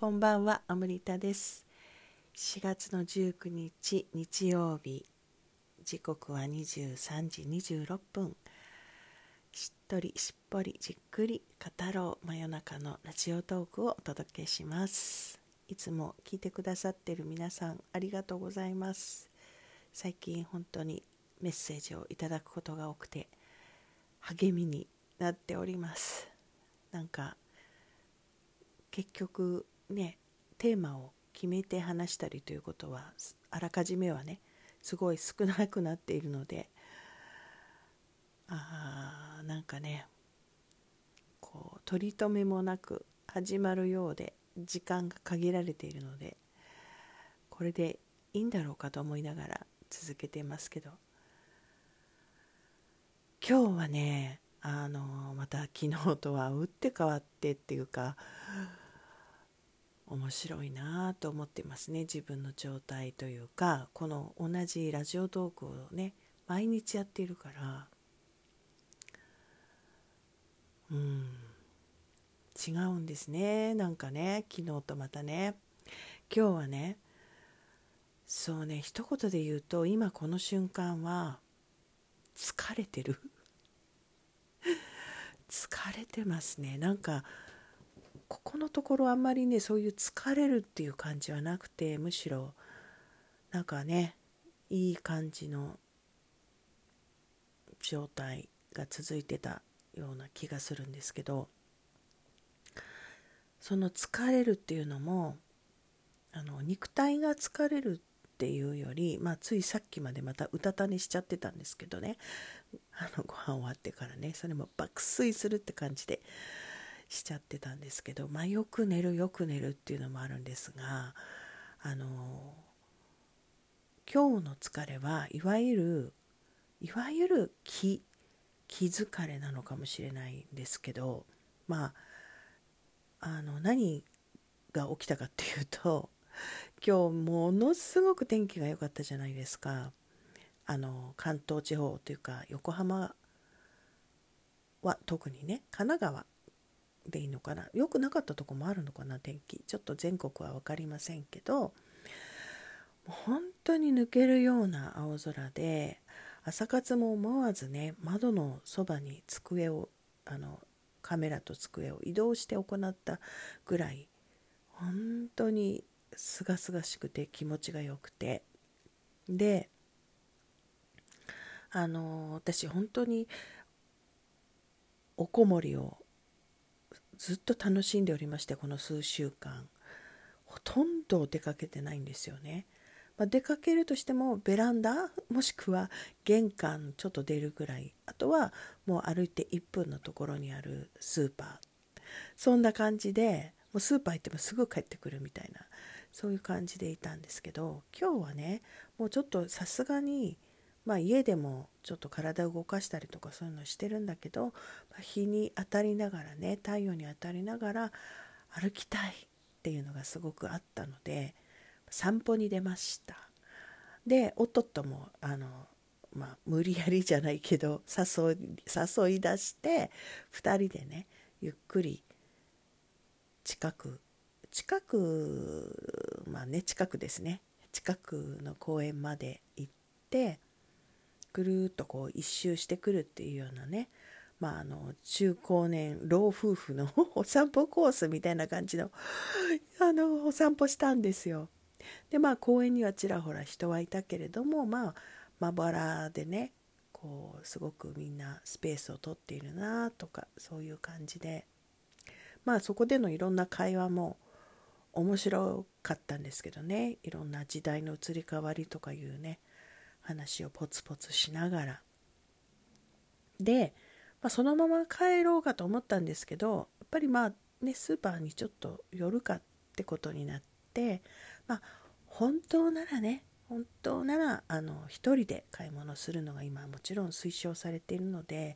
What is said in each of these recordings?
こんばんは、アムリタです。4月の19日日曜日、時刻は23時26分。しっとりしっぽりじっくり語ろう真夜中のラジオトークをお届けします。いつも聞いてくださっている皆さん、ありがとうございます。最近本当にメッセージをいただくことが多くて励みになっております。なんか結局ね、テーマを決めて話したりということはあらかじめはねすごい少なくなっているので、なんかねこう取り留めもなく始まるようで時間が限られているので、これでいいんだろうかと思いながら続けてますけど、今日はねまた昨日とは打って変わってっていうか面白いなと思ってますね。自分の状態というか、この同じラジオトークをね毎日やっているから、違うんですね。なんかね、昨日とまたね、今日はね、そうね、一言で言うと今この瞬間は疲れてる疲れてますね。なんかここのところあんまりねそういう疲れるっていう感じはなくて、むしろなんかねいい感じの状態が続いてたような気がするんですけど、その疲れるっていうのも肉体が疲れるっていうより、ついさっきまでまたうたた寝しちゃってたんですけどね、ご飯終わってからね、それも爆睡するって感じでしちゃってたんですけど、よく寝るっていうのもあるんですが、今日の疲れはいわゆる気疲れなのかもしれないんですけど、何が起きたかっていうと、今日ものすごく天気が良かったじゃないですか。関東地方というか横浜は特にね、神奈川でいいのかな、良くなかったとこもあるのかな、天気ちょっと全国は分かりませんけど、本当に抜けるような青空で、朝活も思わずね窓のそばに机をカメラと机を移動して行ったぐらい、本当にすがすがしくて気持ちがよくて、で私本当におこもりをずっと楽しんでおりまして、この数週間ほとんど出かけてないんですよね。出かけるとしてもベランダもしくは玄関ちょっと出るぐらい、あとはもう歩いて1分のところにあるスーパー、そんな感じで、もうスーパー行ってもすぐ帰ってくるみたいな、そういう感じでいたんですけど、今日はねもうちょっとさすがに家でもちょっと体を動かしたりとかそういうのしてるんだけど、日に当たりながらね、太陽に当たりながら歩きたいっていうのがすごくあったので散歩に出ました。で夫も無理やりじゃないけど誘い出して、2人でねゆっくり近く近くですね、近くの公園まで行ってぐるーっとこう一周してくるっていうようなね、中高年老夫婦のお散歩コースみたいな感じのお散歩したんですよ。で公園にはちらほら人はいたけれども、まばらでね、こうすごくみんなスペースを取っているなとか、そういう感じで、そこでのいろんな会話も面白かったんですけどね、いろんな時代の移り変わりとかいうね話をポツポツしながらで、そのまま帰ろうかと思ったんですけど、やっぱりスーパーにちょっと寄るかってことになって、本当なら一人で買い物するのが今もちろん推奨されているので、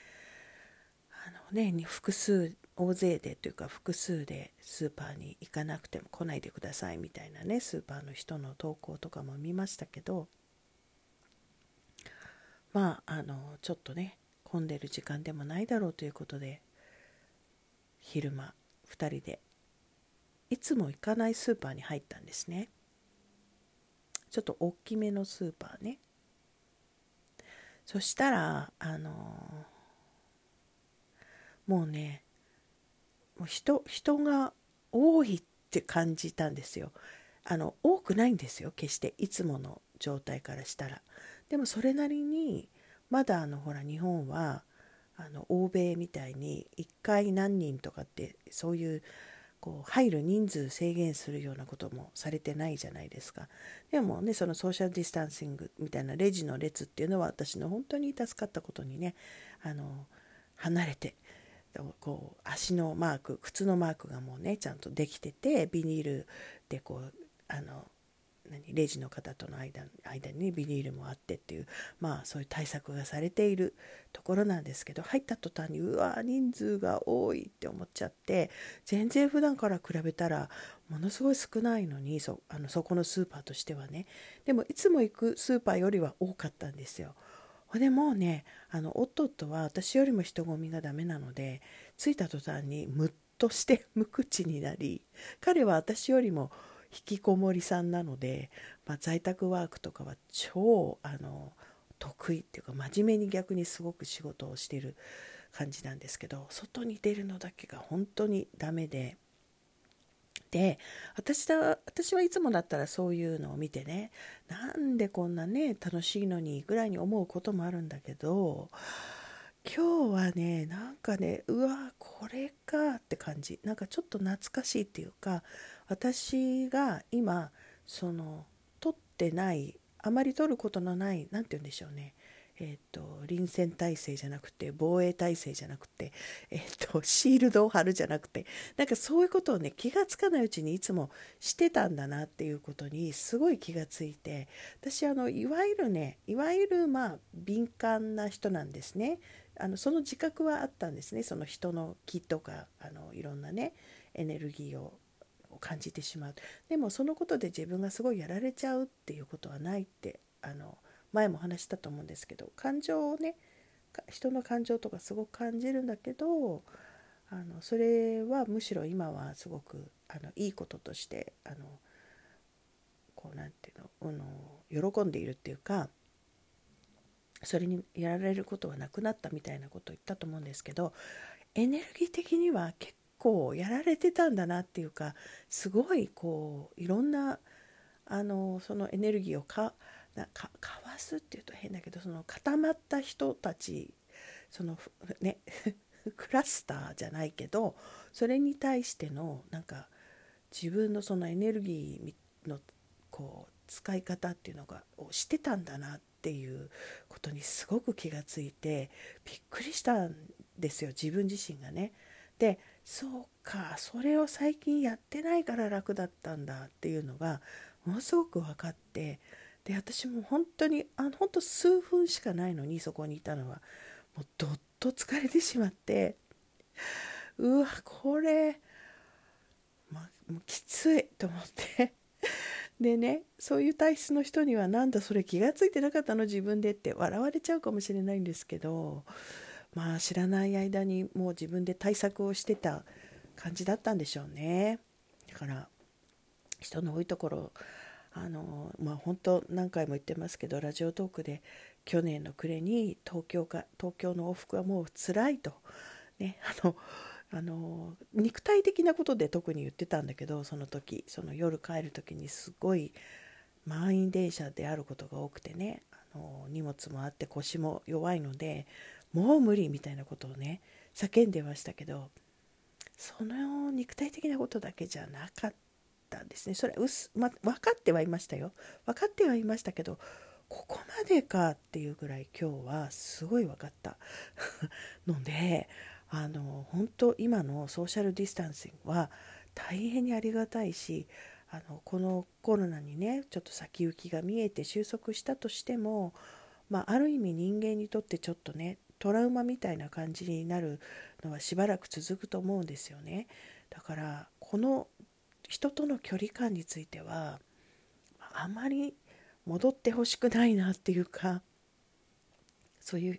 大勢でというか複数でスーパーに行かなくても来ないでくださいみたいなね、スーパーの人の投稿とかも見ましたけど、ちょっとね混んでる時間でもないだろうということで、昼間2人でいつも行かないスーパーに入ったんですね。ちょっと大きめのスーパーね。そしたらもうね、もう人が多いって感じたんですよ。多くないんですよ、決していつもの状態からしたら。でもそれなりにまだほら日本は欧米みたいに1回何人とかってそういうこう入る人数制限するようなこともされてないじゃないですか。でもね、そのソーシャルディスタンシングみたいなレジの列っていうのは私の本当に助かったことにね、離れてこう足のマーク、靴のマークがもうねちゃんとできてて、ビニールでこうレジの方との間にビニールもあってっていう、まあそういう対策がされているところなんですけど、入った途端にうわ人数が多いって思っちゃって、全然普段から比べたらものすごい少ないのに、そこのスーパーとしてはね。でもいつも行くスーパーよりは多かったんですよ。でもうね、夫は私よりも人混みがダメなので、着いた途端にムッとして無口になり、彼は私よりも引きこもりさんなので、在宅ワークとかは超得意っていうか、真面目に逆にすごく仕事をしている感じなんですけど、外に出るのだけが本当にダメで、私はいつもだったらそういうのを見てね、なんでこんなね楽しいのにぐらいに思うこともあるんだけど、今日はねなんかね、うわこれかって感じ、なんかちょっと懐かしいっていうか、私が今取ってない、あまり取ることのない、なんて言うんでしょうね、臨戦態勢じゃなくて防衛態勢じゃなくて、シールドを貼るじゃなくて、なんかそういうことをね気がつかないうちにいつもしてたんだなっていうことにすごい気がついて、私いわゆるまあ敏感な人なんですね。その自覚はあったんですね。その人の気とかいろんなねエネルギーを感じてしまう。でもそのことで自分がすごいやられちゃうっていうことはないって前も話したと思うんですけど、感情をね、人の感情とかすごく感じるんだけど、それはむしろ今はすごくいいこととしてこうなんていうの、喜んでいるっていうか、それにやられることはなくなったみたいなことを言ったと思うんですけど、エネルギー的には結構やられてたんだなっていうか、すごいこういろんなそのエネルギーをかわすっていうと変だけど、その固まった人たち、そのねクラスターじゃないけど、それに対してのなんか自分のそのエネルギーのこう使い方っていうのをしてたんだなっていうことにすごく気がついて、びっくりしたんですよ、自分自身がね。で、そうか、それを最近やってないから楽だったんだっていうのがものすごく分かって、で私も本当に本当数分しかないのにそこにいたのは、もうどっと疲れてしまって、うわこれ、もうきついと思ってでね、そういう体質の人にはなんだそれ気がついてなかったの自分でって笑われちゃうかもしれないんですけど、まあ知らない間にもう自分で対策をしてた感じだったんでしょうね。だから人の多いところ、本当何回も言ってますけど、ラジオトークで去年の暮れに東京の往復はもう辛いとね、肉体的なことで特に言ってたんだけど、その時夜帰る時にすごい満員電車であることが多くてね、荷物もあって腰も弱いのでもう無理みたいなことをね叫んでましたけど、その肉体的なことだけじゃなかったんですね。それ分かってはいましたよ、分かってはいましたけど、ここまでかっていうぐらい今日はすごい分かったので、本当今のソーシャルディスタンシングは大変にありがたいし、このコロナにねちょっと先行きが見えて収束したとしても、ある意味人間にとってちょっとねトラウマみたいな感じになるのはしばらく続くと思うんですよね。だからこの人との距離感についてはあまり戻ってほしくないなっていうか、そういう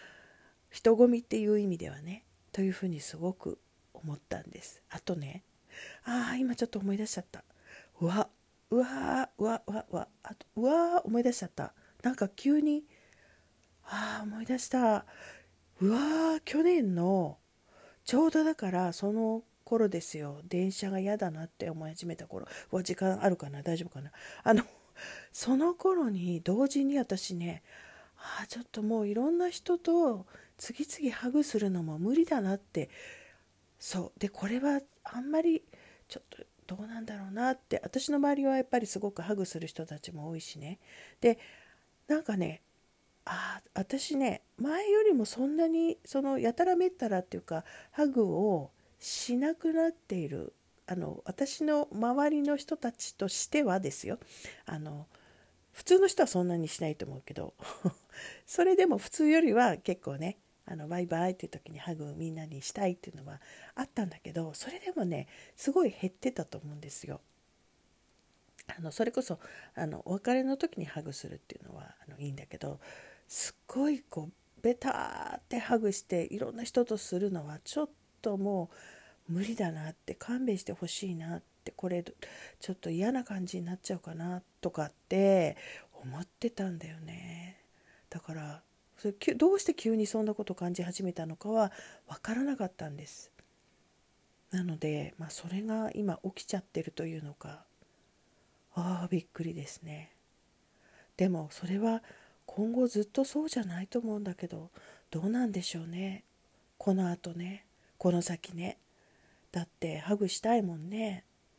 人混みっていう意味ではね、というふうにすごく思ったんです。あとね、 今ちょっと思い出しちゃった。うわうわうわうわうわあとうわ思い出しちゃった。なんか急に思い出した。去年のちょうどだからその頃ですよ。電車が嫌だなって思い始めた頃。時間あるかな、大丈夫かな。その頃に同時に私ね、ちょっともういろんな人と次々ハグするのも無理だなって。そうで、これはあんまりちょっとどうなんだろうなって。私の周りはやっぱりすごくハグする人たちも多いしね。でなんかね、私ね、前よりもそんなにやたらめったらっていうかハグをしなくなっている。私の周りの人たちとしてはですよ。普通の人はそんなにしないと思うけどそれでも普通よりは結構ね、バイバイっていう時にハグみんなにしたいっていうのはあったんだけど、それでもねすごい減ってたと思うんですよ。それこそお別れの時にハグするっていうのはいいんだけど、すっごいベターってハグしていろんな人とするのはちょっともう無理だなって、勘弁してほしいなって、これちょっと嫌な感じになっちゃうかなとかって思ってたんだよね。だからどうして急にそんなこと感じ始めたのかは分からなかったんです。なので、それが今起きちゃってるというのか、びっくりですね。でもそれは今後ずっとそうじゃないと思うんだけど、どうなんでしょうね。この後ね、この先ね。だってハグしたいもんね。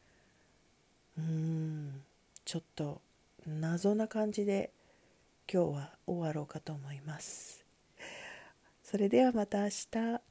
ちょっと謎な感じで今日は終わろうかと思います。それではまた明日。